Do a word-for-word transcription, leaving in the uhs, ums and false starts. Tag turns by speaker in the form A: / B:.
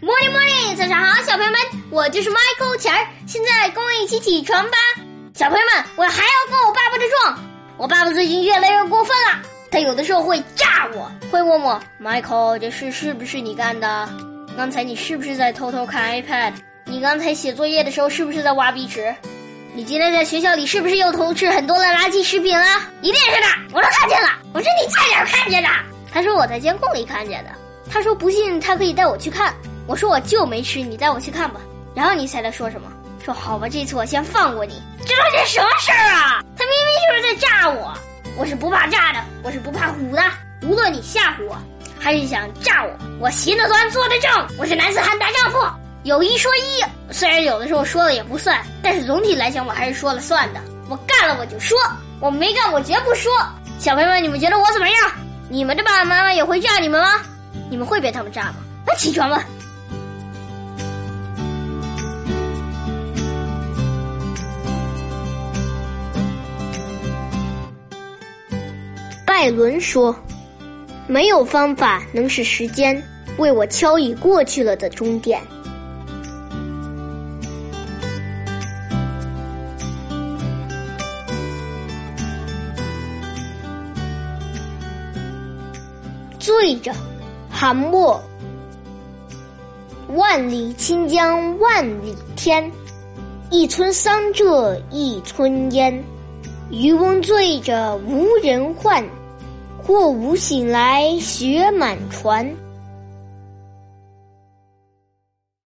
A: Morning Morning， 早上好，小朋友们，我就是 Michael 钱儿。现在跟我一起起床吧，小朋友们，我还要跟我爸爸的撞。我爸爸最近越来越过分了，他有的时候会炸我，会问我 Michael， 这事是不是你干的？刚才你是不是在偷偷看 iPad？ 你刚才写作业的时候是不是在挖壁纸？你今天在学校里是不是又偷吃很多的垃圾食品了？一定是的，我都看见了，我是你差点看见的。他说我在监控里看见的，他说不信他可以带我去看。我说我就没吃，你带我去看吧。然后你猜他说什么？说好吧，这次我先放过你。这到底什么事儿啊？他明明就是在炸我，我是不怕炸的，我是不怕唬的。无论你吓唬我，还是想炸我，我行得端坐得正，我是男子汉大丈夫。有一说一，虽然有的时候说了也不算，但是总体来讲我还是说了算的。我干了我就说，我没干我绝不说。小朋友们，你们觉得我怎么样？你们的爸爸妈妈也会炸你们吗？你们会被他们炸吗？那起床吧。拜伦说，没有方法能使时间为我敲已过去了的终点。醉着，韩默。万里清江万里天，一村桑柘一村烟。渔翁醉着无人唤，或无醒来雪满船。